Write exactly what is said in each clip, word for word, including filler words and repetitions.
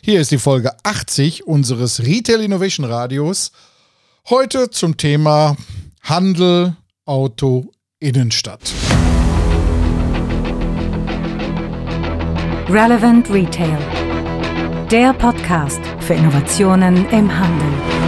Hier ist die Folge achtzig unseres Retail Innovation Radios. Heute zum Thema Handel, Auto, Innenstadt. Relevant Retail, der Podcast für Innovationen im Handel.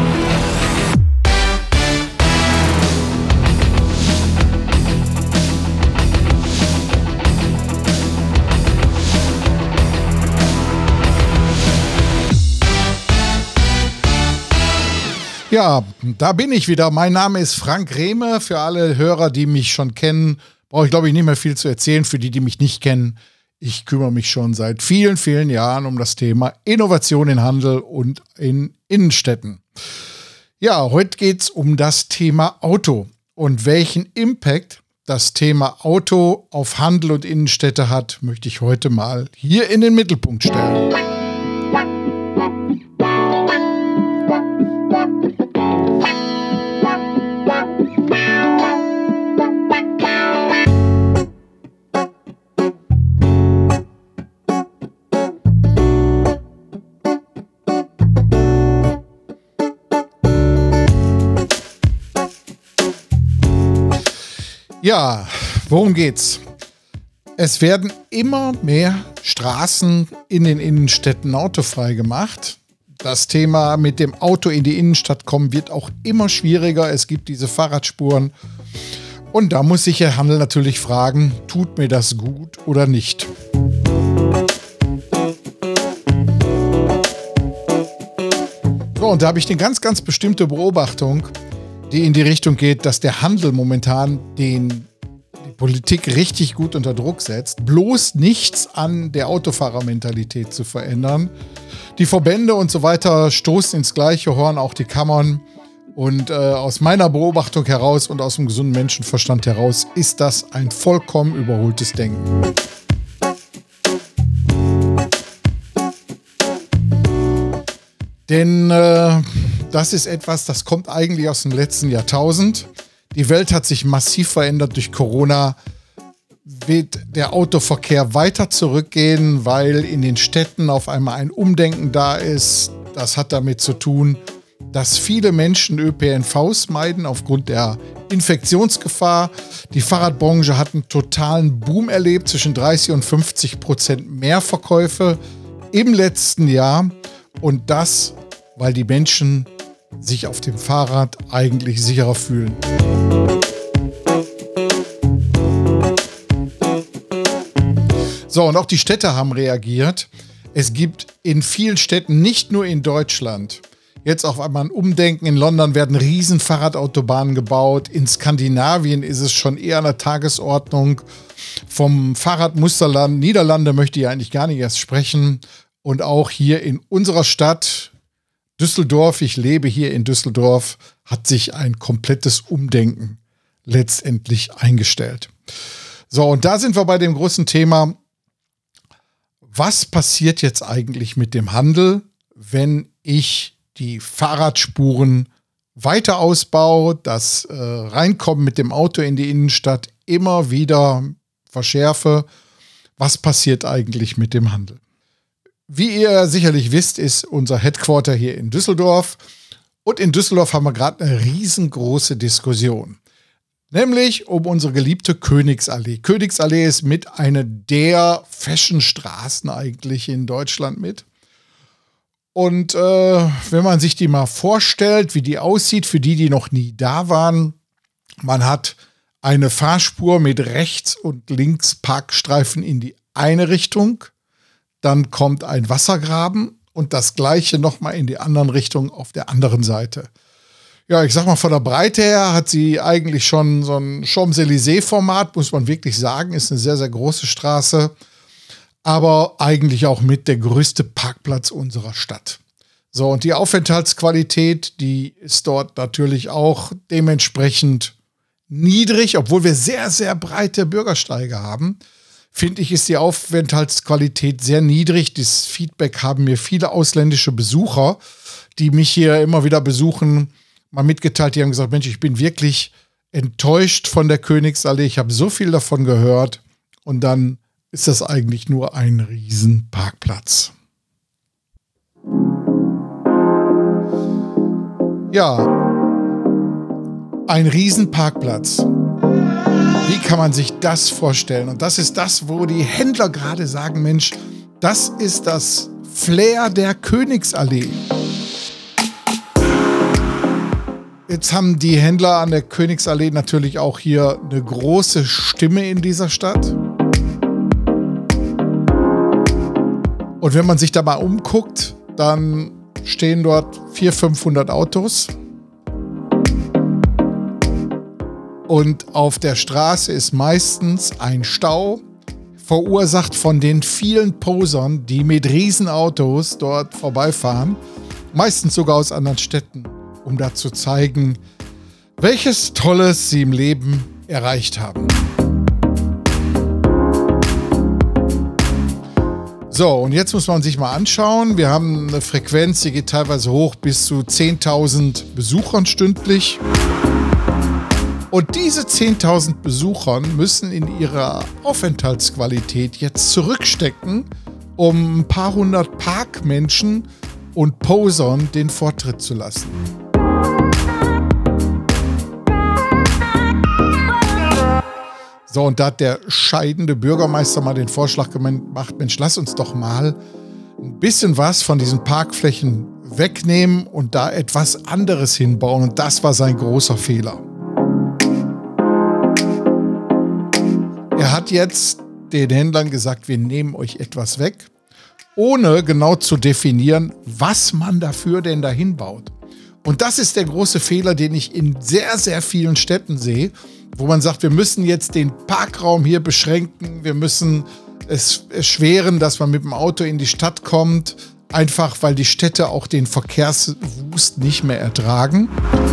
Ja, da bin ich wieder. Mein Name ist Frank Rehme. Für alle Hörer, die mich schon kennen, brauche ich, glaube ich, nicht mehr viel zu erzählen. Für die, die mich nicht kennen, ich kümmere mich schon seit vielen, vielen Jahren um das Thema Innovation in Handel und in Innenstädten. Ja, heute geht es um das Thema Auto und welchen Impact das Thema Auto auf Handel und Innenstädte hat, möchte ich heute mal hier in den Mittelpunkt stellen. Ja, worum geht's? Es werden immer mehr Straßen in den Innenstädten autofrei gemacht. Das Thema mit dem Auto in die Innenstadt kommen wird auch immer schwieriger. Es gibt diese Fahrradspuren. Und da muss sich der Handel natürlich fragen, tut mir das gut oder nicht? So, und da habe ich eine ganz, ganz bestimmte Beobachtung, die in die Richtung geht, dass der Handel momentan den, die Politik richtig gut unter Druck setzt, bloß nichts an der Autofahrermentalität zu verändern. Die Verbände und so weiter stoßen ins gleiche Horn, auch die Kammern. Und äh, aus meiner Beobachtung heraus und aus dem gesunden Menschenverstand heraus ist das ein vollkommen überholtes Denken. Denn äh, das ist etwas, das kommt eigentlich aus dem letzten Jahrtausend. Die Welt hat sich massiv verändert durch Corona. Wird der Autoverkehr weiter zurückgehen, weil in den Städten auf einmal ein Umdenken da ist. Das hat damit zu tun, dass viele Menschen Ö P N Vs meiden aufgrund der Infektionsgefahr. Die Fahrradbranche hat einen totalen Boom erlebt, zwischen dreißig und fünfzig Prozent mehr Verkäufe im letzten Jahr. Und das, weil die Menschen sich auf dem Fahrrad eigentlich sicherer fühlen. So, und auch die Städte haben reagiert. Es gibt in vielen Städten, nicht nur in Deutschland, jetzt auf einmal ein Umdenken. In London werden riesen Fahrradautobahnen gebaut. In Skandinavien ist es schon eher an der Tagesordnung. Vom Fahrradmusterland Niederlande möchte ich eigentlich gar nicht erst sprechen. Und auch hier in unserer Stadt Düsseldorf, ich lebe hier in Düsseldorf, hat sich ein komplettes Umdenken letztendlich eingestellt. So, und da sind wir bei dem großen Thema, was passiert jetzt eigentlich mit dem Handel, wenn ich die Fahrradspuren weiter ausbaue, das äh, Reinkommen mit dem Auto in die Innenstadt immer wieder verschärfe? Was passiert eigentlich mit dem Handel? Wie ihr sicherlich wisst, ist unser Headquarter hier in Düsseldorf. Und in Düsseldorf haben wir gerade eine riesengroße Diskussion. Nämlich um unsere geliebte Königsallee. Königsallee ist mit einer der Fashionstraßen eigentlich in Deutschland mit. Und äh, wenn man sich die mal vorstellt, wie die aussieht, für die, die noch nie da waren, man hat eine Fahrspur mit rechts und links Parkstreifen in die eine Richtung. Dann kommt ein Wassergraben und das gleiche nochmal in die andere Richtung auf der anderen Seite. Ja, ich sag mal, von der Breite her hat sie eigentlich schon so ein Champs-Élysées-Format, muss man wirklich sagen, ist eine sehr, sehr große Straße, aber eigentlich auch mit der größte Parkplatz unserer Stadt. So, und die Aufenthaltsqualität, die ist dort natürlich auch dementsprechend niedrig, obwohl wir sehr, sehr breite Bürgersteige haben. Finde ich, ist die Aufenthaltsqualität sehr niedrig. Das Feedback haben mir viele ausländische Besucher, die mich hier immer wieder besuchen, mal mitgeteilt. Die haben gesagt, Mensch, ich bin wirklich enttäuscht von der Königsallee. Ich habe so viel davon gehört. Und dann ist das eigentlich nur ein Riesenparkplatz. Ja, ein Riesenparkplatz. Wie kann man sich das vorstellen? Und das ist das, wo die Händler gerade sagen, Mensch, das ist das Flair der Königsallee. Jetzt haben die Händler an der Königsallee natürlich auch hier eine große Stimme in dieser Stadt. Und wenn man sich da mal umguckt, dann stehen dort vierhundert, fünfhundert Autos. Und auf der Straße ist meistens ein Stau, verursacht von den vielen Posern, die mit Riesenautos dort vorbeifahren, meistens sogar aus anderen Städten, um da zu zeigen, welches Tolles sie im Leben erreicht haben. So, und jetzt muss man sich mal anschauen. Wir haben eine Frequenz, die geht teilweise hoch bis zu zehntausend Besuchern stündlich. Und diese zehntausend Besuchern müssen in ihrer Aufenthaltsqualität jetzt zurückstecken, um ein paar hundert Parkmenschen und Posern den Vortritt zu lassen. So, und da hat der scheidende Bürgermeister mal den Vorschlag gemacht, Mensch, lass uns doch mal ein bisschen was von diesen Parkflächen wegnehmen und da etwas anderes hinbauen. Und das war sein großer Fehler. Er hat jetzt den Händlern gesagt, wir nehmen euch etwas weg, ohne genau zu definieren, was man dafür denn dahin baut. Und das ist der große Fehler, den ich in sehr, sehr vielen Städten sehe, wo man sagt, wir müssen jetzt den Parkraum hier beschränken, wir müssen es erschweren, dass man mit dem Auto in die Stadt kommt, einfach weil die Städte auch den Verkehrswust nicht mehr ertragen.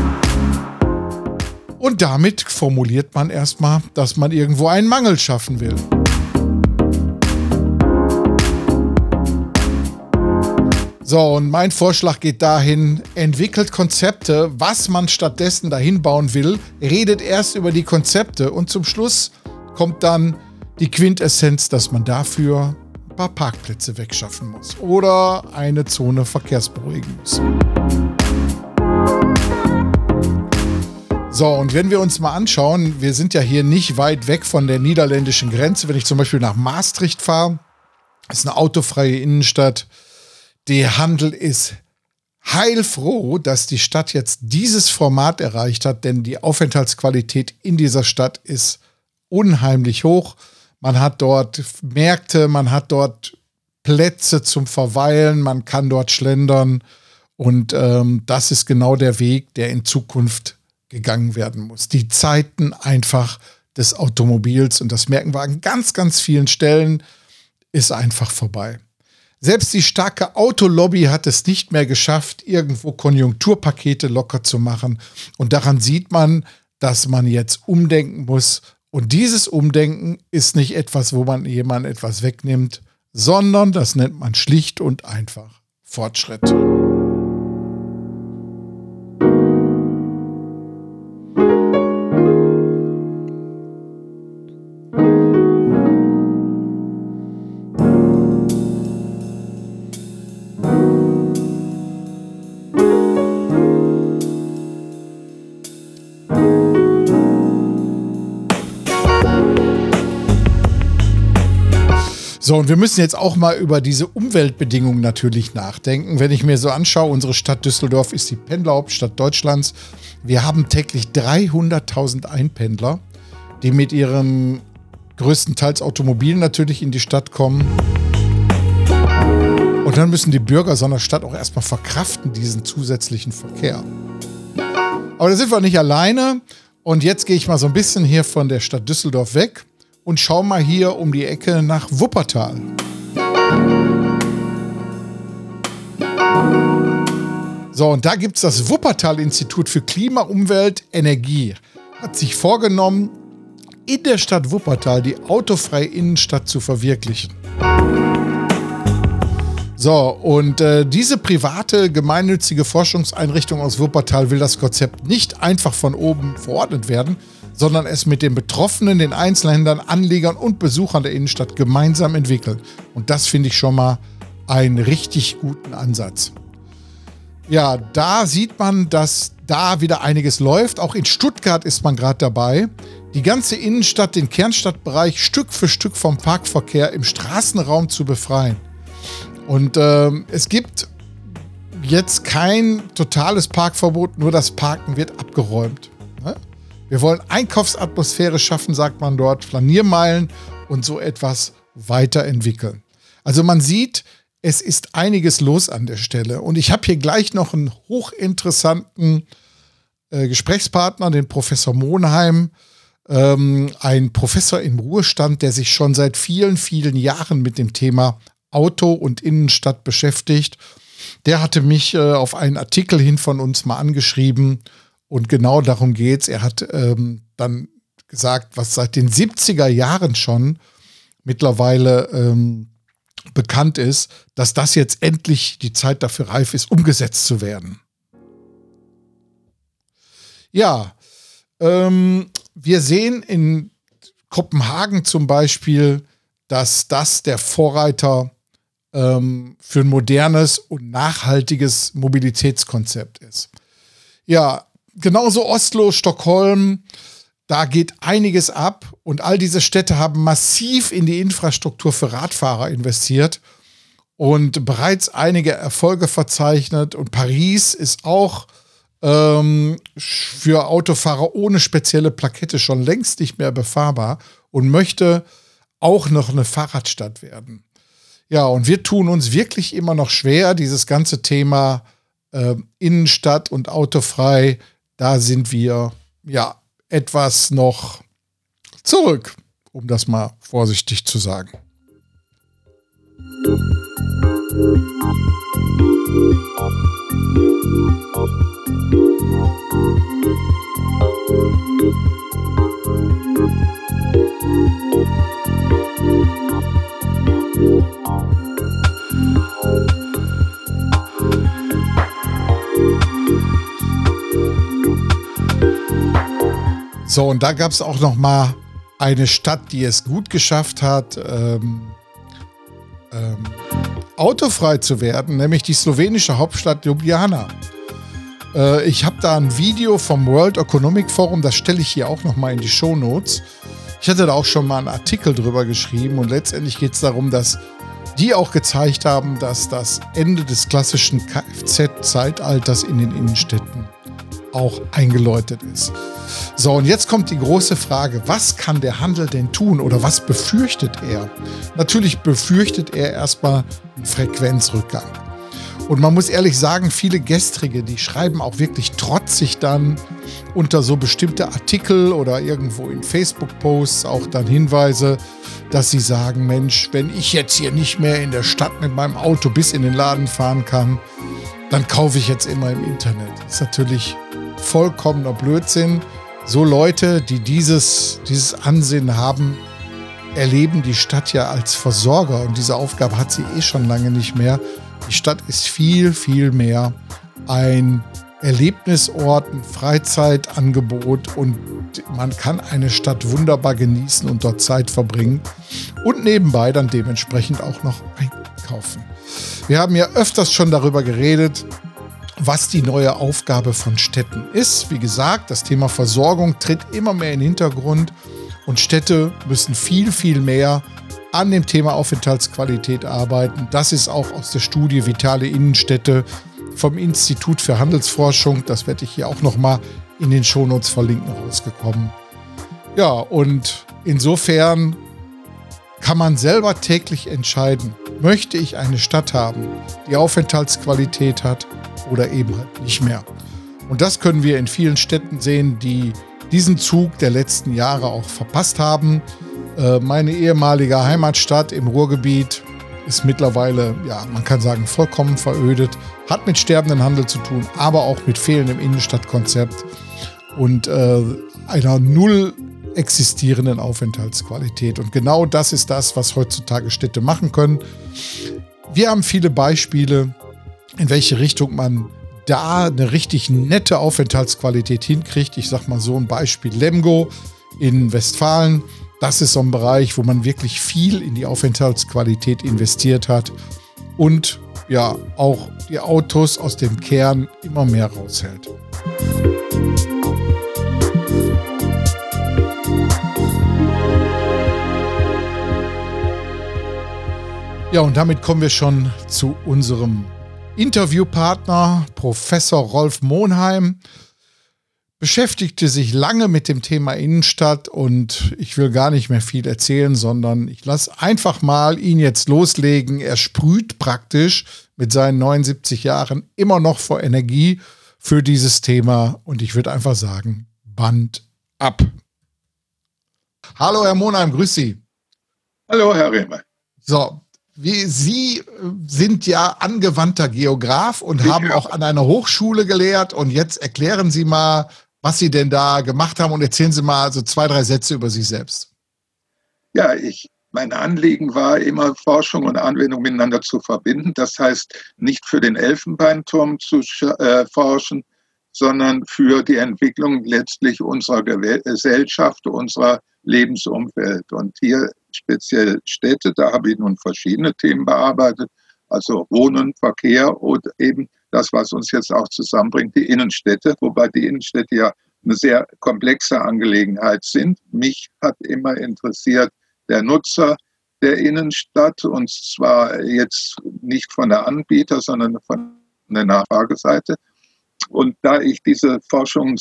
Und damit formuliert man erstmal, dass man irgendwo einen Mangel schaffen will. So, und mein Vorschlag geht dahin, entwickelt Konzepte, was man stattdessen dahin bauen will, redet erst über die Konzepte und zum Schluss kommt dann die Quintessenz, dass man dafür ein paar Parkplätze wegschaffen muss oder eine Zone verkehrsberuhigen muss. So, und wenn wir uns mal anschauen, wir sind ja hier nicht weit weg von der niederländischen Grenze. Wenn ich zum Beispiel nach Maastricht fahre, ist eine autofreie Innenstadt. Der Handel ist heilfroh, dass die Stadt jetzt dieses Format erreicht hat, denn die Aufenthaltsqualität in dieser Stadt ist unheimlich hoch. Man hat dort Märkte, man hat dort Plätze zum Verweilen, man kann dort schlendern und ähm, das ist genau der Weg, der in Zukunft gegangen werden muss. Die Zeiten einfach des Automobils, und das merken wir an ganz, ganz vielen Stellen, ist einfach vorbei. Selbst die starke Autolobby hat es nicht mehr geschafft, irgendwo Konjunkturpakete locker zu machen. Und daran sieht man, dass man jetzt umdenken muss. Und dieses Umdenken ist nicht etwas, wo man jemandem etwas wegnimmt, sondern das nennt man schlicht und einfach Fortschritt. So, und wir müssen jetzt auch mal über diese Umweltbedingungen natürlich nachdenken. Wenn ich mir so anschaue, unsere Stadt Düsseldorf ist die Pendlerhauptstadt Deutschlands. Wir haben täglich dreihunderttausend Einpendler, die mit ihrem größtenteils Automobil natürlich in die Stadt kommen. Und dann müssen die Bürger so einer Stadt auch erstmal verkraften, diesen zusätzlichen Verkehr. Aber da sind wir nicht alleine. Und jetzt gehe ich mal so ein bisschen hier von der Stadt Düsseldorf weg und schau mal hier um die Ecke nach Wuppertal. So, und da gibt es das Wuppertal-Institut für Klima, Umwelt, Energie. Hat sich vorgenommen, in der Stadt Wuppertal die autofreie Innenstadt zu verwirklichen. So, und äh, diese private, gemeinnützige Forschungseinrichtung aus Wuppertal will das Konzept nicht einfach von oben verordnet werden, sondern es mit den Betroffenen, den Einzelhändlern, Anlegern und Besuchern der Innenstadt gemeinsam entwickeln. Und das finde ich schon mal einen richtig guten Ansatz. Ja, da sieht man, dass da wieder einiges läuft. Auch in Stuttgart ist man gerade dabei, die ganze Innenstadt, den Kernstadtbereich Stück für Stück vom Parkverkehr im Straßenraum zu befreien. Und ähm, es gibt jetzt kein totales Parkverbot, nur das Parken wird abgeräumt. Ne? Wir wollen Einkaufsatmosphäre schaffen, sagt man dort, Flaniermeilen und so etwas weiterentwickeln. Also man sieht, es ist einiges los an der Stelle. Und ich habe hier gleich noch einen hochinteressanten äh, Gesprächspartner, den Professor Monheim, ähm, ein Professor im Ruhestand, der sich schon seit vielen, vielen Jahren mit dem Thema Auto und Innenstadt beschäftigt. Der hatte mich äh, auf einen Artikel hin von uns mal angeschrieben und genau darum geht's. Er hat ähm, dann gesagt, was seit den siebziger Jahren schon mittlerweile ähm, bekannt ist, dass das jetzt endlich die Zeit dafür reif ist, umgesetzt zu werden. Ja, ähm, wir sehen in Kopenhagen zum Beispiel, dass das der Vorreiter ähm, für ein modernes und nachhaltiges Mobilitätskonzept ist. Ja, genauso Oslo, Stockholm, da geht einiges ab und all diese Städte haben massiv in die Infrastruktur für Radfahrer investiert und bereits einige Erfolge verzeichnet. Und Paris ist auch ähm, für Autofahrer ohne spezielle Plakette schon längst nicht mehr befahrbar und möchte auch noch eine Fahrradstadt werden. Ja, und wir tun uns wirklich immer noch schwer, dieses ganze Thema äh, Innenstadt und autofrei, da sind wir ja etwas noch zurück, um das mal vorsichtig zu sagen. So, und da gab es auch noch mal eine Stadt, die es gut geschafft hat, ähm, ähm, autofrei zu werden, nämlich die slowenische Hauptstadt Ljubljana. Äh, ich habe da ein Video vom World Economic Forum, das stelle ich hier auch noch mal in die Shownotes. Ich hatte da auch schon mal einen Artikel drüber geschrieben und letztendlich geht es darum, dass die auch gezeigt haben, dass das Ende des klassischen Kfz-Zeitalters in den Innenstädten auch eingeläutet ist. So, und jetzt kommt die große Frage, was kann der Handel denn tun oder was befürchtet er? Natürlich befürchtet er erstmal einen Frequenzrückgang. Und man muss ehrlich sagen, viele Gestrige, die schreiben auch wirklich trotzig dann unter so bestimmte Artikel oder irgendwo in Facebook-Posts auch dann Hinweise, dass sie sagen, Mensch, wenn ich jetzt hier nicht mehr in der Stadt mit meinem Auto bis in den Laden fahren kann, dann kaufe ich jetzt immer im Internet. Das ist natürlich vollkommener Blödsinn. So Leute, die dieses, dieses Ansinnen haben, erleben die Stadt ja als Versorger und diese Aufgabe hat sie eh schon lange nicht mehr. Die Stadt ist viel, viel mehr ein Erlebnisort, ein Freizeitangebot und man kann eine Stadt wunderbar genießen und dort Zeit verbringen und nebenbei dann dementsprechend auch noch einkaufen. Wir haben ja öfters schon darüber geredet, was die neue Aufgabe von Städten ist. Wie gesagt, das Thema Versorgung tritt immer mehr in den Hintergrund und Städte müssen viel, viel mehr an dem Thema Aufenthaltsqualität arbeiten. Das ist auch aus der Studie Vitale Innenstädte vom Institut für Handelsforschung, das werde ich hier auch nochmal in den Shownotes verlinken, rausgekommen. Ja, und insofern kann man selber täglich entscheiden, möchte ich eine Stadt haben, die Aufenthaltsqualität hat oder eben halt nicht mehr. Und das können wir in vielen Städten sehen, die diesen Zug der letzten Jahre auch verpasst haben. Äh, meine ehemalige Heimatstadt im Ruhrgebiet ist mittlerweile, ja, man kann sagen, vollkommen verödet, hat mit sterbendem Handel zu tun, aber auch mit fehlendem Innenstadtkonzept und äh, einer null existierenden Aufenthaltsqualität. Und genau das ist das, was heutzutage Städte machen können. Wir haben viele Beispiele, in welche Richtung man da eine richtig nette Aufenthaltsqualität hinkriegt. Ich sag mal so ein Beispiel Lemgo in Westfalen. Das ist so ein Bereich, wo man wirklich viel in die Aufenthaltsqualität investiert hat und ja auch die Autos aus dem Kern immer mehr raushält. Ja, und damit kommen wir schon zu unserem Interviewpartner, Professor Rolf Monheim. Beschäftigte sich lange mit dem Thema Innenstadt und ich will gar nicht mehr viel erzählen, sondern ich lasse einfach mal ihn jetzt loslegen. Er sprüht praktisch mit seinen neunundsiebzig Jahren immer noch vor Energie für dieses Thema und ich würde einfach sagen, Band ab. Hallo Herr Monheim, grüß Sie. Hallo Herr Rehmer. So, wie, Sie sind ja angewandter Geograf und Ich haben höre. auch an einer Hochschule gelehrt und jetzt erklären Sie mal, was Sie denn da gemacht haben und erzählen Sie mal so zwei, drei Sätze über sich selbst. Ja, ich, mein Anliegen war immer, Forschung und Anwendung miteinander zu verbinden. Das heißt, nicht für den Elfenbeinturm zu äh, forschen, sondern für die Entwicklung letztlich unserer Gesellschaft, unserer Lebensumwelt. Und hier speziell Städte, da habe ich nun verschiedene Themen bearbeitet, also Wohnen, Verkehr und eben das, was uns jetzt auch zusammenbringt, die Innenstädte, wobei die Innenstädte ja eine sehr komplexe Angelegenheit sind. Mich hat immer interessiert der Nutzer der Innenstadt und zwar jetzt nicht von der Anbieter, sondern von der Nachfrageseite. Und da ich diese Forschung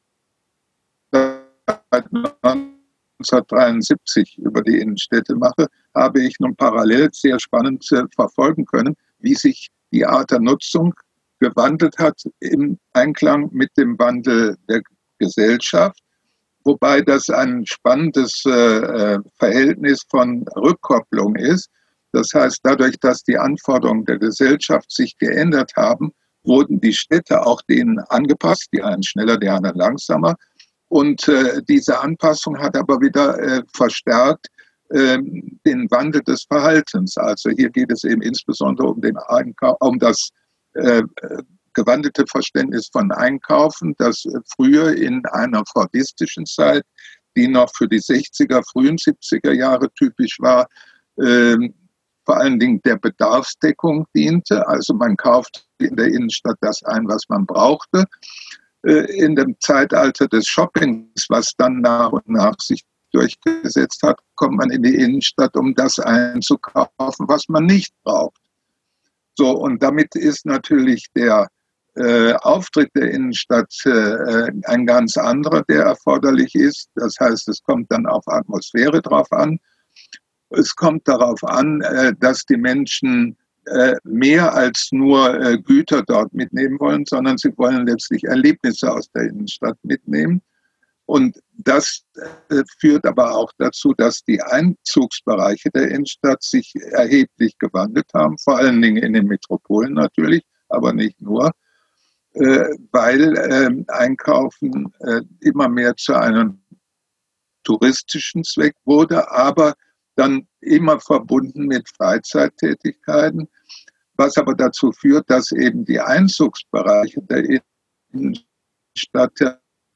seit neunzehnhundertdreiundsiebzig über die Innenstädte mache, habe ich nun parallel sehr spannend verfolgen können, wie sich die Art der Nutzung gewandelt hat im Einklang mit dem Wandel der Gesellschaft, wobei das ein spannendes äh, Verhältnis von Rückkopplung ist. Das heißt, dadurch, dass die Anforderungen der Gesellschaft sich geändert haben, wurden die Städte auch denen angepasst, die einen schneller, die anderen langsamer. Und äh, diese Anpassung hat aber wieder äh, verstärkt äh, den Wandel des Verhaltens. Also hier geht es eben insbesondere um, den Einkauf, um das äh, gewandelte Verständnis von Einkaufen, das äh, früher in einer fordistischen Zeit, die noch für die sechziger, frühen siebziger Jahre typisch war, äh, vor allen Dingen der Bedarfsdeckung diente. Also man kauft in der Innenstadt das ein, was man brauchte. In dem Zeitalter des Shoppings, was dann nach und nach sich durchgesetzt hat, kommt man in die Innenstadt, um das einzukaufen, was man nicht braucht. So, und damit ist natürlich der äh, Auftritt der Innenstadt äh, ein ganz anderer, der erforderlich ist. Das heißt, es kommt dann auf Atmosphäre drauf an. Es kommt darauf an, äh, dass die Menschen äh, mehr als nur äh, Güter dort mitnehmen wollen, sondern sie wollen letztlich Erlebnisse aus der Innenstadt mitnehmen. Und das äh, führt aber auch dazu, dass die Einzugsbereiche der Innenstadt sich erheblich gewandelt haben, vor allen Dingen in den Metropolen natürlich, aber nicht nur, äh, weil äh, Einkaufen äh, immer mehr zu einem touristischen Zweck wurde, aber dann immer verbunden mit Freizeittätigkeiten, was aber dazu führt, dass eben die Einzugsbereiche der Innenstadt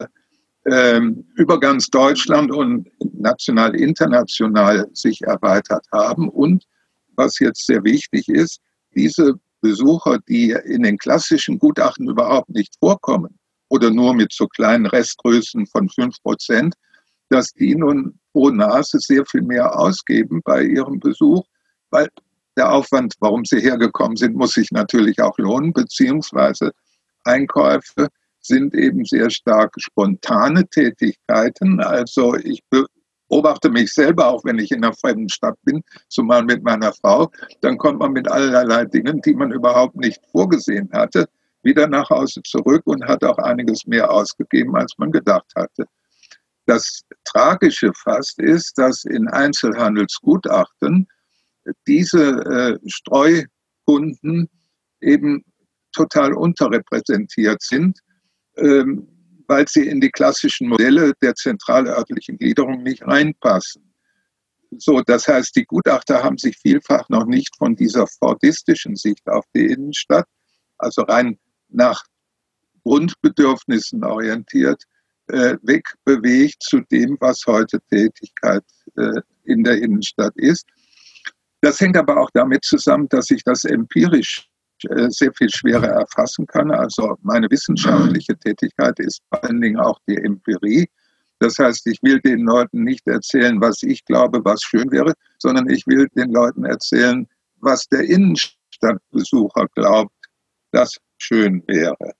ähm, über ganz Deutschland und national, international sich erweitert haben. Und was jetzt sehr wichtig ist, diese Besucher, die in den klassischen Gutachten überhaupt nicht vorkommen oder nur mit so kleinen Restgrößen von fünf Prozent, dass die nun pro Nase sehr viel mehr ausgeben bei ihrem Besuch, weil der Aufwand, warum sie hergekommen sind, muss sich natürlich auch lohnen, beziehungsweise Einkäufe sind eben sehr stark spontane Tätigkeiten. Also ich beobachte mich selber, auch wenn ich in einer fremden Stadt bin, zumal mit meiner Frau, dann kommt man mit allerlei Dingen, die man überhaupt nicht vorgesehen hatte, wieder nach Hause zurück und hat auch einiges mehr ausgegeben, als man gedacht hatte. Das Tragische fast ist, dass in Einzelhandelsgutachten diese äh, Streukunden eben total unterrepräsentiert sind, ähm, weil sie in die klassischen Modelle der zentralörtlichen Gliederung nicht reinpassen. So, das heißt, die Gutachter haben sich vielfach noch nicht von dieser fordistischen Sicht auf die Innenstadt, also rein nach Grundbedürfnissen orientiert, äh, wegbewegt zu dem, was heute Tätigkeit äh, in der Innenstadt ist. Das hängt aber auch damit zusammen, dass sich das empirisch äh, sehr viel schwerer erfassen kann. Also meine wissenschaftliche Tätigkeit ist vor allen Dingen auch die Empirie. Das heißt, ich will den Leuten nicht erzählen, was ich glaube, was schön wäre, sondern ich will den Leuten erzählen, was der Innenstadtbesucher glaubt, das schön wäre.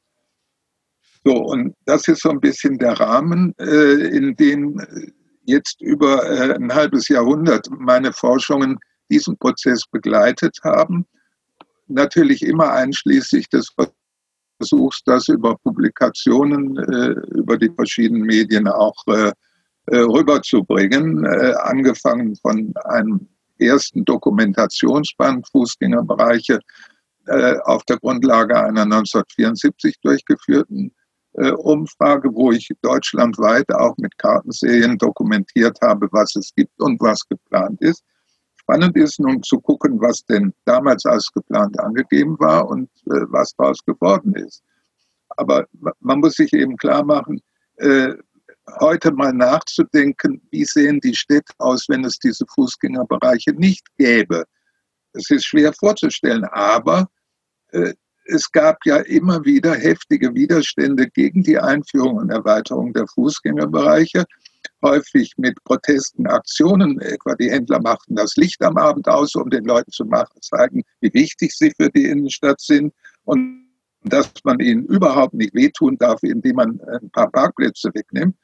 So, und das ist so ein bisschen der Rahmen, äh, in dem jetzt über äh, ein halbes Jahrhundert meine Forschungen diesen Prozess begleitet haben. Natürlich immer einschließlich des Versuchs, das über Publikationen, äh, über die verschiedenen Medien auch äh, rüberzubringen, äh, angefangen von einem ersten Dokumentationsband Fußgängerbereiche äh, auf der Grundlage einer neunzehnhundertvierundsiebzig durchgeführten äh, Umfrage, wo ich deutschlandweit auch mit Kartenserien dokumentiert habe, was es gibt und was geplant ist. Spannend ist nun zu gucken, was denn damals als geplant angegeben war und äh, was daraus geworden ist. Aber man muss sich eben klar machen, äh, heute mal nachzudenken, wie sehen die Städte aus, wenn es diese Fußgängerbereiche nicht gäbe. Es ist schwer vorzustellen, aber äh, es gab ja immer wieder heftige Widerstände gegen die Einführung und Erweiterung der Fußgängerbereiche, häufig mit Protesten, Aktionen, etwa die Händler machten das Licht am Abend aus, um den Leuten zu machen, zeigen, wie wichtig sie für die Innenstadt sind und dass man ihnen überhaupt nicht wehtun darf, indem man ein paar Parkplätze wegnimmt.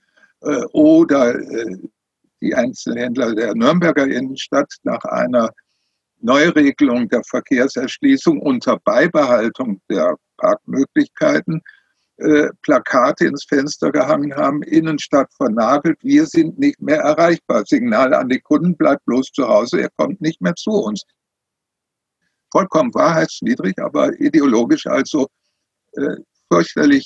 Oder die Einzelhändler der Nürnberger Innenstadt nach einer Neuregelung der Verkehrserschließung unter Beibehaltung der Parkmöglichkeiten äh, Plakate ins Fenster gehangen haben, Innenstadt vernagelt, wir sind nicht mehr erreichbar. Signal an die Kunden, bleibt bloß zu Hause, er kommt nicht mehr zu uns. Vollkommen wahrheitswidrig, aber ideologisch also äh, fürchterlich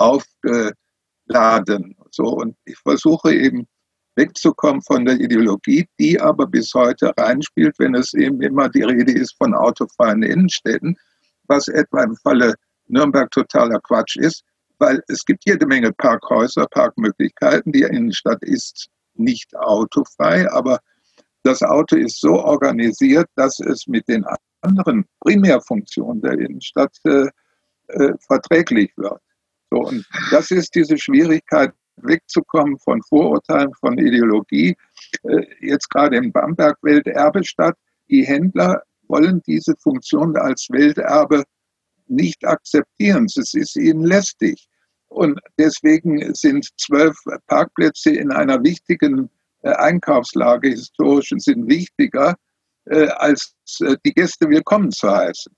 aufgeladen. So, und ich versuche eben wegzukommen von der Ideologie, die aber bis heute reinspielt, wenn es eben immer die Rede ist von autofreien Innenstädten, was etwa im Falle Nürnberg totaler Quatsch ist, weil es gibt jede Menge Parkhäuser, Parkmöglichkeiten. Die Innenstadt ist nicht autofrei, aber das Auto ist so organisiert, dass es mit den anderen Primärfunktionen der Innenstadt äh, äh, verträglich wird. So, und das ist diese Schwierigkeit, wegzukommen von Vorurteilen, von Ideologie. Jetzt gerade in Bamberg, Welterbestadt, die Händler wollen diese Funktion als Welterbe nicht akzeptieren. Es ist ihnen lästig. Und deswegen sind zwölf Parkplätze in einer wichtigen Einkaufslage, historischen, sind wichtiger, als die Gäste willkommen zu heißen.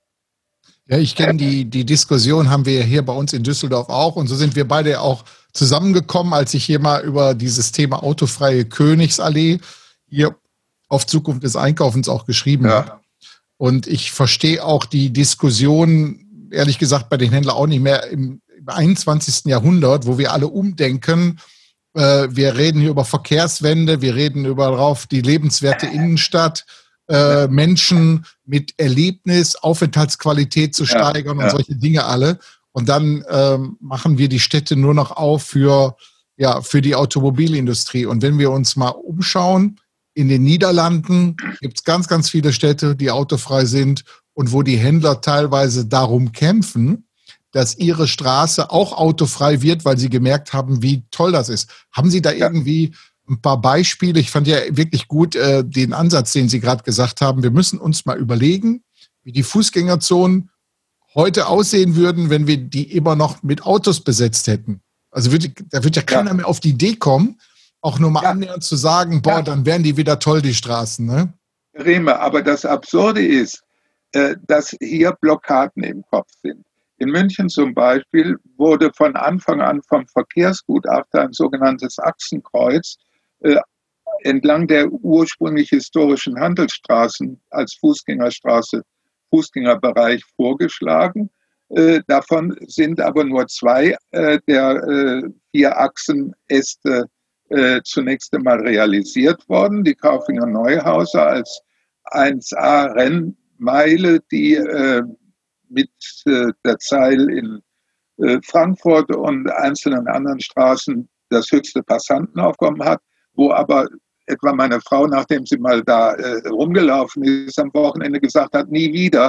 Ja, ich kenne die, die Diskussion, haben wir hier bei uns in Düsseldorf auch. Und so sind wir beide auch zusammengekommen, als ich hier mal über dieses Thema autofreie Königsallee hier auf Zukunft des Einkaufens auch geschrieben ja. habe. Und ich verstehe auch die Diskussion, ehrlich gesagt, bei den Händlern auch nicht mehr im, im einundzwanzigsten Jahrhundert, wo wir alle umdenken. Äh, wir reden hier über Verkehrswende, wir reden über drauf die lebenswerte Innenstadt. Äh, Menschen mit Erlebnis, Aufenthaltsqualität zu steigern ja, und ja. solche Dinge alle. Und dann ähm, machen wir die Städte nur noch auf für, ja, für die Automobilindustrie. Und wenn wir uns mal umschauen, in den Niederlanden gibt es ganz, ganz viele Städte, die autofrei sind und wo die Händler teilweise darum kämpfen, dass ihre Straße auch autofrei wird, weil sie gemerkt haben, wie toll das ist. Haben Sie da ja. irgendwie ein paar Beispiele? Ich fand ja wirklich gut äh, den Ansatz, den Sie gerade gesagt haben. Wir müssen uns mal überlegen, wie die Fußgängerzonen heute aussehen würden, wenn wir die immer noch mit Autos besetzt hätten. Also würde, da wird ja keiner ja. mehr auf die Idee kommen, auch nur mal ja. annähernd zu sagen, boah, ja. dann wären die wieder toll, die Straßen. Ne? Rehme, aber das Absurde ist, äh, dass hier Blockaden im Kopf sind. In München zum Beispiel wurde von Anfang an vom Verkehrsgutachter ein sogenanntes Achsenkreuz Äh, entlang der ursprünglich historischen Handelsstraßen als Fußgängerstraße, Fußgängerbereich vorgeschlagen. Äh, davon sind aber nur zwei äh, der äh, vier Achsenäste äh, zunächst einmal realisiert worden. Die Kaufinger Neuhauser als eins A Rennmeile, die äh, mit äh, der Zeil in äh, Frankfurt und einzelnen anderen Straßen das höchste Passantenaufkommen hat, wo aber etwa meine Frau, nachdem sie mal da äh, rumgelaufen ist, am Wochenende gesagt hat, nie wieder.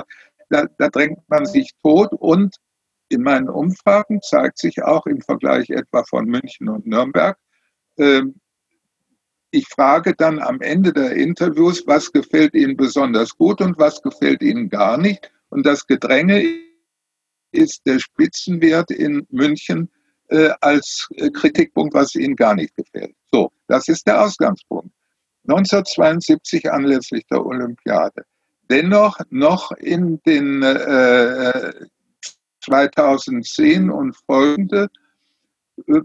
da, da drängt man sich tot und in meinen Umfragen zeigt sich auch im Vergleich etwa von München und Nürnberg, äh, ich frage dann am Ende der Interviews, was gefällt Ihnen besonders gut und was gefällt Ihnen gar nicht. Und das Gedränge ist der Spitzenwert in München äh, als Kritikpunkt, was Ihnen gar nicht gefällt. So, das ist der Ausgangspunkt. neunzehnhundertzweiundsiebzig anlässlich der Olympiade. Dennoch noch in den äh, zweitausendzehn und folgende äh,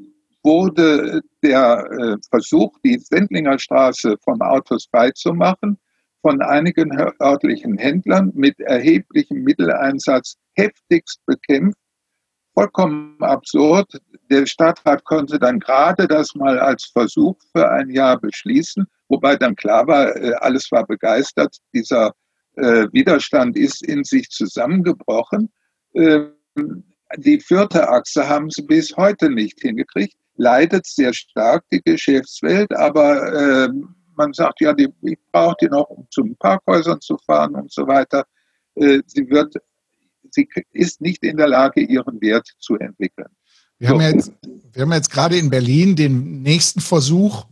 wurde der äh, Versuch, die Sendlinger Straße von Autos frei zu machen, von einigen örtlichen Händlern mit erheblichem Mitteleinsatz heftigst bekämpft. Vollkommen absurd. Der Stadtrat konnte dann gerade das mal als Versuch für ein Jahr beschließen, wobei dann klar war, äh, alles war begeistert. Dieser äh, Widerstand ist in sich zusammengebrochen. Äh, die vierte Achse haben sie bis heute nicht hingekriegt. Leidet sehr stark die Geschäftswelt, aber äh, man sagt, ja, die, ich brauche die noch, um zu den Parkhäusern zu fahren und so weiter. Äh, sie wird, sie ist nicht in der Lage, ihren Wert zu entwickeln. Wir, so. haben, ja jetzt, wir haben jetzt gerade in Berlin den nächsten Versuch,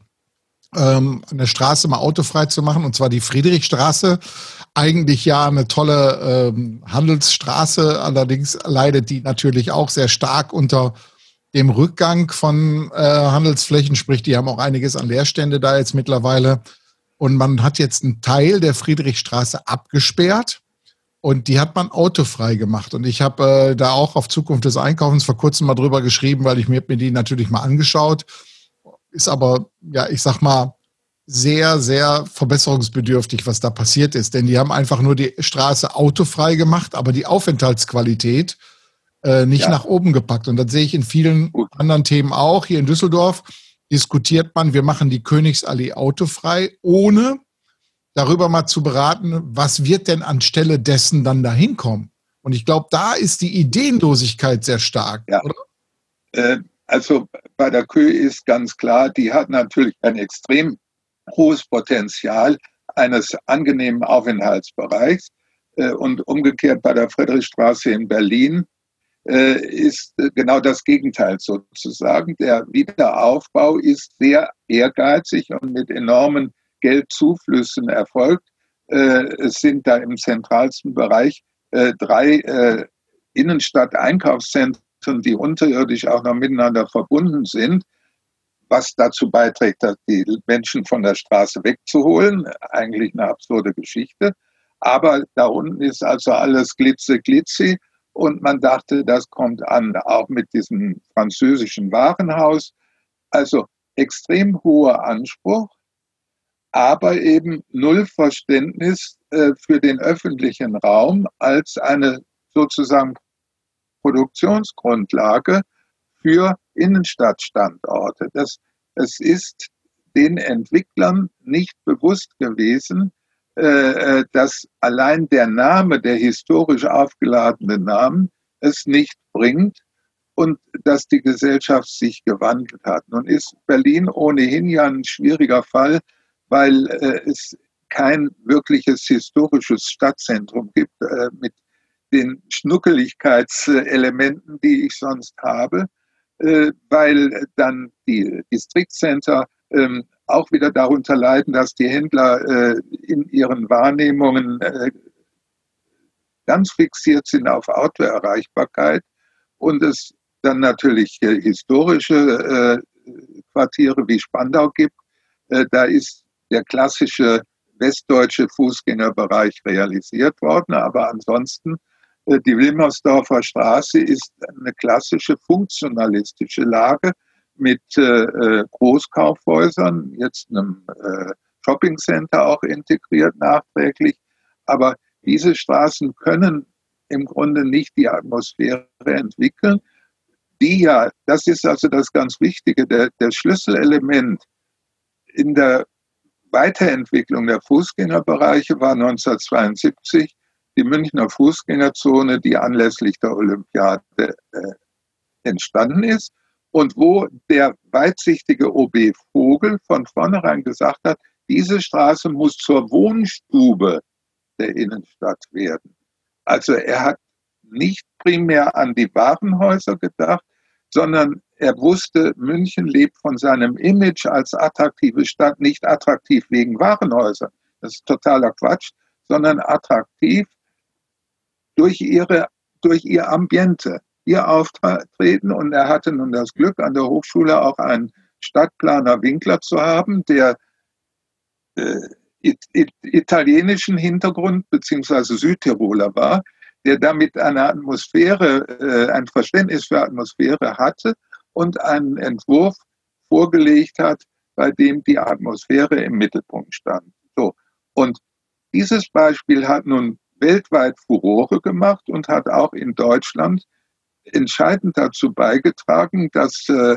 ähm, eine Straße mal autofrei zu machen, und zwar die Friedrichstraße. Eigentlich ja eine tolle ähm, Handelsstraße, allerdings leidet die natürlich auch sehr stark unter dem Rückgang von äh, Handelsflächen, sprich, die haben auch einiges an Leerstände da jetzt mittlerweile. Und man hat jetzt einen Teil der Friedrichstraße abgesperrt und die hat man autofrei gemacht. Und ich habe äh, da auch auf Zukunft des Einkaufens vor kurzem mal drüber geschrieben, weil ich mir, mir die natürlich mal angeschaut. Ist aber, ja, ich sag mal, sehr, sehr verbesserungsbedürftig, was da passiert ist. Denn die haben einfach nur die Straße autofrei gemacht, aber die Aufenthaltsqualität Äh, nicht ja. nach oben gepackt. Und das sehe ich in vielen Gut. anderen Themen auch. Hier in Düsseldorf diskutiert man, wir machen die Königsallee autofrei, ohne darüber mal zu beraten, was wird denn anstelle dessen dann dahin kommen. Und ich glaube, da ist die Ideenlosigkeit sehr stark. Ja. Oder? Äh, also bei der Kö ist ganz klar, die hat natürlich ein extrem hohes Potenzial eines angenehmen Aufenthaltsbereichs. Äh, und umgekehrt bei der Friedrichstraße in Berlin ist genau das Gegenteil sozusagen. Der Wiederaufbau ist sehr ehrgeizig und mit enormen Geldzuflüssen erfolgt. Es sind da im zentralsten Bereich drei Innenstadt-Einkaufszentren, die unterirdisch auch noch miteinander verbunden sind, was dazu beiträgt, dass die Menschen von der Straße wegzuholen. Eigentlich eine absurde Geschichte. Aber da unten ist also alles glitze-glitzi. Und man dachte, das kommt an, auch mit diesem französischen Warenhaus. Also extrem hoher Anspruch, aber eben null Verständnis äh, für den öffentlichen Raum als eine sozusagen Produktionsgrundlage für Innenstadtstandorte. Das, es ist den Entwicklern nicht bewusst gewesen, dass allein der Name, der historisch aufgeladene Name, es nicht bringt und dass die Gesellschaft sich gewandelt hat. Nun ist Berlin ohnehin ja ein schwieriger Fall, weil äh, es kein wirkliches historisches Stadtzentrum gibt äh, mit den Schnuckeligkeitselementen, die ich sonst habe, äh, weil dann die Distriktcenter äh, auch wieder darunter leiden, dass die Händler äh, in ihren Wahrnehmungen äh, ganz fixiert sind auf Autoerreichbarkeit und es dann natürlich äh, historische äh, Quartiere wie Spandau gibt. Äh, da ist der klassische westdeutsche Fußgängerbereich realisiert worden, aber ansonsten äh, die Wilmersdorfer Straße ist eine klassische funktionalistische Lage mit äh, Großkaufhäusern, jetzt einem äh, Shoppingcenter auch integriert nachträglich. Aber diese Straßen können im Grunde nicht die Atmosphäre entwickeln, die ja, das ist also das ganz Wichtige, der, der Schlüsselelement in der Weiterentwicklung der Fußgängerbereiche war neunzehnhundertzweiundsiebzig die Münchner Fußgängerzone, die anlässlich der Olympiade äh, entstanden ist. Und wo der weitsichtige O B Vogel von vornherein gesagt hat, diese Straße muss zur Wohnstube der Innenstadt werden. Also er hat nicht primär an die Warenhäuser gedacht, sondern er wusste, München lebt von seinem Image als attraktive Stadt, nicht attraktiv wegen Warenhäusern, das ist totaler Quatsch, sondern attraktiv durch, ihre, durch ihr Ambiente, ihr Auftreten. Und er hatte nun das Glück, an der Hochschule auch einen Stadtplaner Winkler zu haben, der äh, it, it, italienischen Hintergrund beziehungsweise Südtiroler war, der damit eine Atmosphäre, äh, ein Verständnis für Atmosphäre hatte und einen Entwurf vorgelegt hat, bei dem die Atmosphäre im Mittelpunkt stand. So. Und dieses Beispiel hat nun weltweit Furore gemacht und hat auch in Deutschland entscheidend dazu beigetragen, dass äh,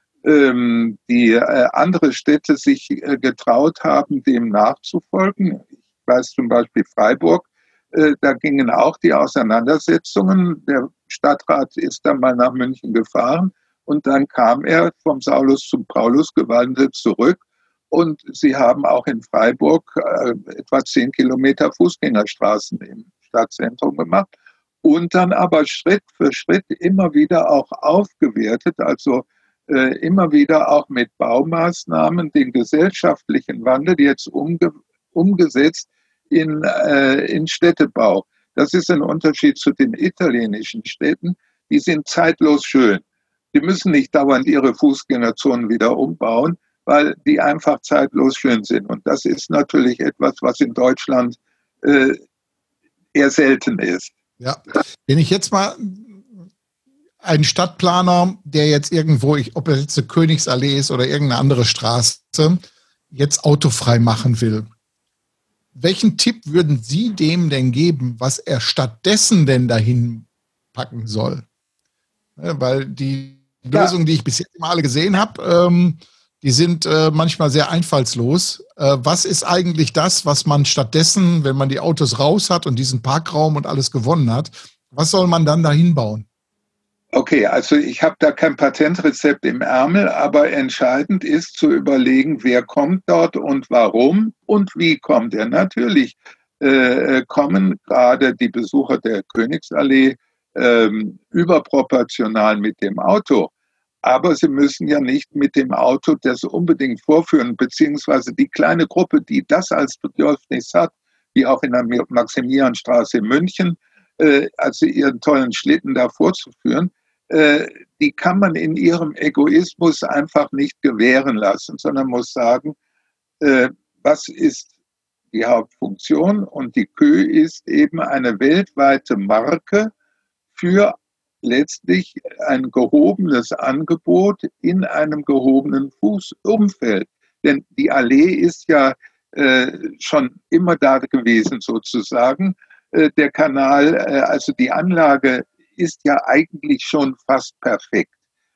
ähm, die äh, andere Städte sich äh, getraut haben, dem nachzufolgen. Ich weiß zum Beispiel Freiburg, äh, da gingen auch die Auseinandersetzungen. Der Stadtrat ist dann mal nach München gefahren und dann kam er vom Saulus zum Paulus gewandelt zurück. Und sie haben auch in Freiburg äh, etwa zehn Kilometer Fußgängerstraßen im Stadtzentrum gemacht und dann aber Schritt für Schritt immer wieder auch aufgewertet, also äh, immer wieder auch mit Baumaßnahmen den gesellschaftlichen Wandel jetzt umge umgesetzt in, äh, in Städtebau. Das ist ein Unterschied zu den italienischen Städten, die sind zeitlos schön. Die müssen nicht dauernd ihre Fußgängerzonen wieder umbauen, weil die einfach zeitlos schön sind. Und das ist natürlich etwas, was in Deutschland äh, eher selten ist. Ja, wenn ich jetzt mal einen Stadtplaner, der jetzt irgendwo, ich, ob es jetzt eine Königsallee ist oder irgendeine andere Straße, jetzt autofrei machen will. Welchen Tipp würden Sie dem denn geben, was er stattdessen denn dahin packen soll? Ja, weil die ja. Lösungen, die ich bis jetzt mal alle gesehen habe, ähm, die sind äh, manchmal sehr einfallslos. Äh, was ist eigentlich das, was man stattdessen, wenn man die Autos raus hat und diesen Parkraum und alles gewonnen hat, was soll man dann dahin bauen? Okay, also ich habe da kein Patentrezept im Ärmel, aber entscheidend ist zu überlegen, wer kommt dort und warum und wie kommt er. Natürlich äh, kommen gerade die Besucher der Königsallee äh, überproportional mit dem Auto. Aber sie müssen ja nicht mit dem Auto das unbedingt vorführen, beziehungsweise die kleine Gruppe, die das als Bedürfnis hat, wie auch in der Maximilianstraße in München, äh, also ihren tollen Schlitten da vorzuführen, äh, die kann man in ihrem Egoismus einfach nicht gewähren lassen, sondern muss sagen, äh, was ist die Hauptfunktion? Und die Kö ist eben eine weltweite Marke für letztlich ein gehobenes Angebot in einem gehobenen Fußumfeld. Denn die Allee ist ja äh, schon immer da gewesen sozusagen. Äh, der Kanal, äh, also die Anlage ist ja eigentlich schon fast perfekt.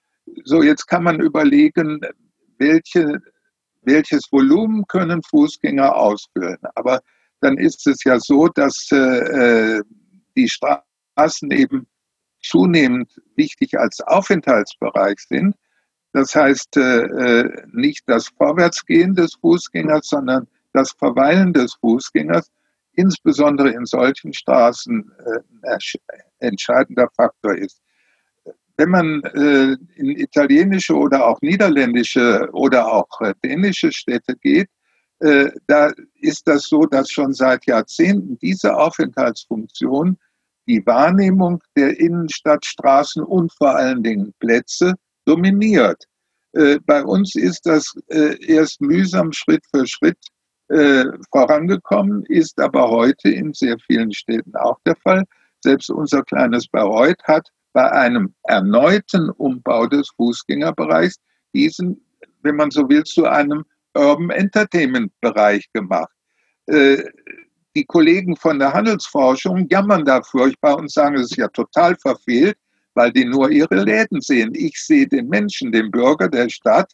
So, jetzt kann man überlegen, welche, welches Volumen können Fußgänger ausfüllen. Aber dann ist es ja so, dass äh, die Straßen eben zunehmend wichtig als Aufenthaltsbereich sind. Das heißt, äh, nicht das Vorwärtsgehen des Fußgängers, sondern das Verweilen des Fußgängers, insbesondere in solchen Straßen, äh, ein entscheidender Faktor ist. Wenn man äh, in italienische oder auch niederländische oder auch äh, dänische Städte geht, äh, da ist das so, dass schon seit Jahrzehnten diese Aufenthaltsfunktion die Wahrnehmung der Innenstadtstraßen und vor allen Dingen Plätze dominiert. Äh, bei uns ist das äh, erst mühsam Schritt für Schritt äh, vorangekommen, ist aber heute in sehr vielen Städten auch der Fall. Selbst unser kleines Bayreuth hat bei einem erneuten Umbau des Fußgängerbereichs diesen, wenn man so will, zu einem Urban Entertainment Bereich gemacht. Äh, Die Kollegen von der Handelsforschung jammern da furchtbar und sagen, es ist ja total verfehlt, weil die nur ihre Läden sehen. Ich sehe den Menschen, den Bürger der Stadt,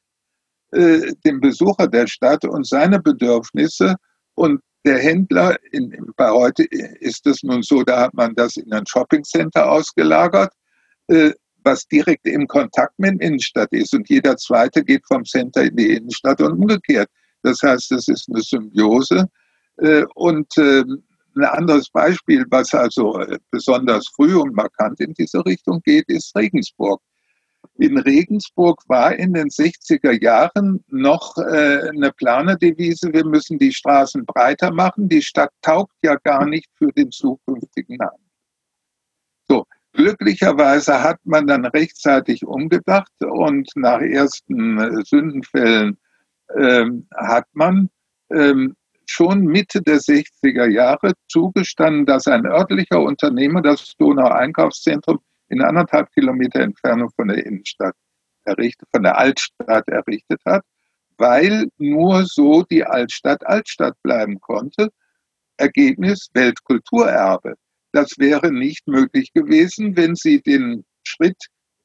äh, den Besucher der Stadt und seine Bedürfnisse. Und der Händler, in, bei heute ist es nun so, da hat man das in ein Shoppingcenter ausgelagert, äh, was direkt im Kontakt mit der Innenstadt ist. Und jeder Zweite geht vom Center in die Innenstadt und umgekehrt. Das heißt, es ist eine Symbiose. Und äh, ein anderes Beispiel, was also besonders früh und markant in diese Richtung geht, ist Regensburg. In Regensburg war in den sechziger Jahren noch äh, eine Planerdevise, wir müssen die Straßen breiter machen, die Stadt taugt ja gar nicht für den zukünftigen Handel. So, glücklicherweise hat man dann rechtzeitig umgedacht und nach ersten äh, Sündenfällen ähm, hat man ähm, schon Mitte der sechziger Jahre zugestanden, dass ein örtlicher Unternehmer das Donau-Einkaufszentrum in anderthalb Kilometer Entfernung von der Innenstadt errichtet, von der Altstadt errichtet hat, weil nur so die Altstadt Altstadt bleiben konnte. Ergebnis Weltkulturerbe. Das wäre nicht möglich gewesen, wenn Sie den Schritt,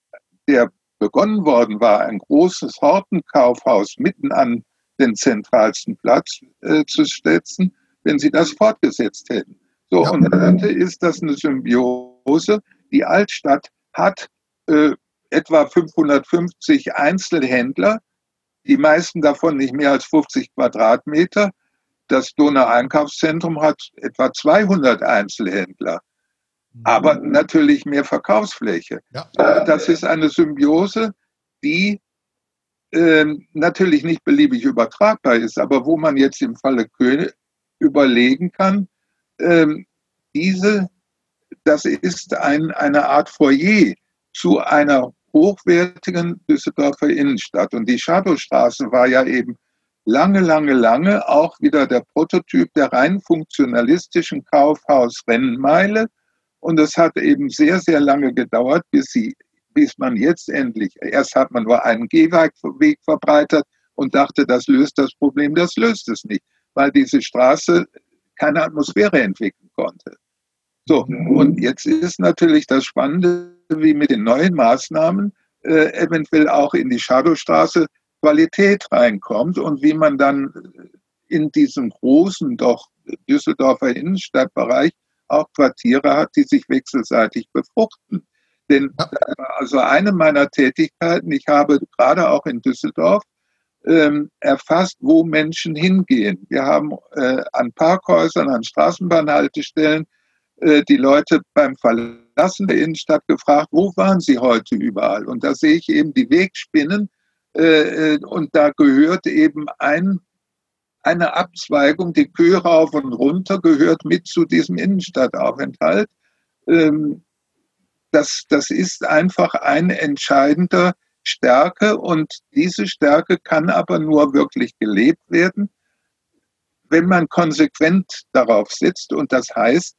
der begonnen worden war, ein großes Hortenkaufhaus mitten an den zentralsten Platz äh, zu setzen, wenn Sie das fortgesetzt hätten. So, ja. Und heute ist das eine Symbiose. Die Altstadt hat äh, etwa fünfhundertfünfzig Einzelhändler, die meisten davon nicht mehr als fünfzig Quadratmeter. Das Donau-Einkaufszentrum hat etwa zweihundert Einzelhändler, aber natürlich mehr Verkaufsfläche. Ja. Das ist eine Symbiose, die äh, natürlich nicht beliebig übertragbar ist, aber wo man jetzt im Falle König überlegen kann, äh, diese Das ist ein, eine Art Foyer zu einer hochwertigen Düsseldorfer Innenstadt. Und die Schadowstraße war ja eben lange, lange, lange auch wieder der Prototyp der rein funktionalistischen Kaufhaus-Rennmeile. Und es hat eben sehr, sehr lange gedauert, bis, sie, bis man jetzt endlich, erst hat man nur einen Gehweg verbreitert und dachte, das löst das Problem. Das löst es nicht, weil diese Straße keine Atmosphäre entwickeln konnte. So, und jetzt ist natürlich das Spannende, wie mit den neuen Maßnahmen äh, eventuell auch in die Schadowstraße Qualität reinkommt und wie man dann in diesem großen, doch Düsseldorfer Innenstadtbereich auch Quartiere hat, die sich wechselseitig befruchten. Denn also eine meiner Tätigkeiten, ich habe gerade auch in Düsseldorf ähm, erfasst, wo Menschen hingehen. Wir haben äh, an Parkhäusern, an Straßenbahnhaltestellen die Leute beim Verlassen der Innenstadt gefragt, wo waren sie heute überall? Und da sehe ich eben die Wegspinnen äh, und da gehört eben ein, eine Abzweigung, die Kühe rauf und runter, gehört mit zu diesem Innenstadtaufenthalt. Ähm, das, das ist einfach ein entscheidender Stärke und diese Stärke kann aber nur wirklich gelebt werden, wenn man konsequent darauf sitzt und das heißt,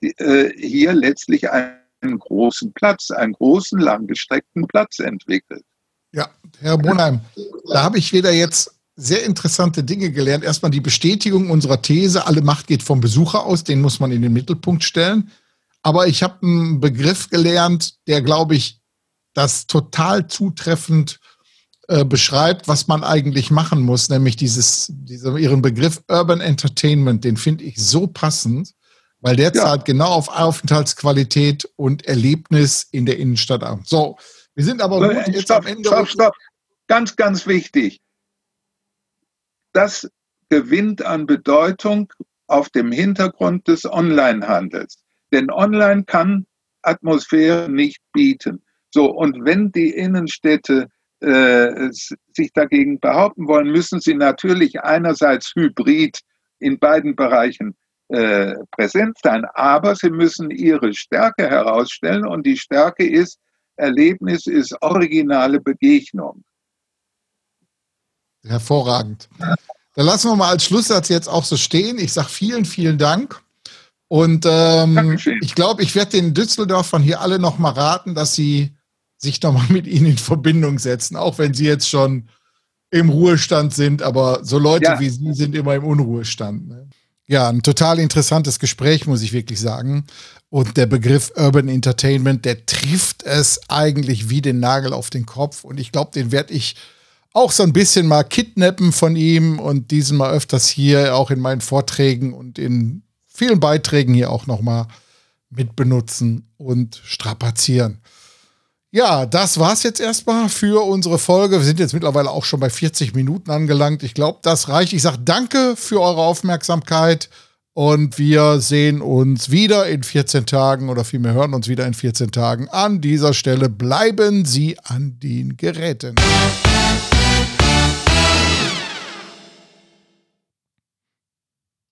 hier letztlich einen großen Platz, einen großen, langgestreckten Platz entwickelt. Ja, Herr Bonheim, da habe ich wieder jetzt sehr interessante Dinge gelernt. Erstmal die Bestätigung unserer These, alle Macht geht vom Besucher aus, den muss man in den Mittelpunkt stellen. Aber ich habe einen Begriff gelernt, der, glaube ich, das total zutreffend äh, beschreibt, was man eigentlich machen muss, nämlich dieses, diese, Ihren Begriff Urban Entertainment, den finde ich so passend. Weil der zahlt ja genau auf Aufenthaltsqualität und Erlebnis in der Innenstadt ab. So, wir sind aber gut jetzt stopp, am Ende. Stopp, stopp. Ganz, ganz wichtig. Das gewinnt an Bedeutung auf dem Hintergrund des Onlinehandels. Denn online kann Atmosphäre nicht bieten. So, und wenn die Innenstädte äh, sich dagegen behaupten wollen, müssen sie natürlich einerseits hybrid in beiden Bereichen Äh, präsent sein, aber sie müssen ihre Stärke herausstellen und die Stärke ist, Erlebnis ist originale Begegnung. Hervorragend. Dann lassen wir mal als Schlusssatz jetzt auch so stehen. Ich sage vielen, vielen Dank und ähm, ich glaube, ich werde den Düsseldorfern hier alle noch mal raten, dass sie sich noch mal mit Ihnen in Verbindung setzen, auch wenn Sie jetzt schon im Ruhestand sind, aber so Leute ja. wie Sie sind immer im Unruhestand. Ne? Ja, ein total interessantes Gespräch, muss ich wirklich sagen. Und der Begriff Urban Entertainment, der trifft es eigentlich wie den Nagel auf den Kopf. Und ich glaube, den werde ich auch so ein bisschen mal kidnappen von ihm und diesen mal öfters hier auch in meinen Vorträgen und in vielen Beiträgen hier auch noch mal mit benutzen und strapazieren. Ja, das war's jetzt erstmal für unsere Folge. Wir sind jetzt mittlerweile auch schon bei vierzig Minuten angelangt. Ich glaube, das reicht. Ich sage danke für eure Aufmerksamkeit Und wir sehen uns wieder in vierzehn Tagen oder vielmehr hören uns wieder in vierzehn Tagen. An dieser Stelle bleiben Sie an den Geräten.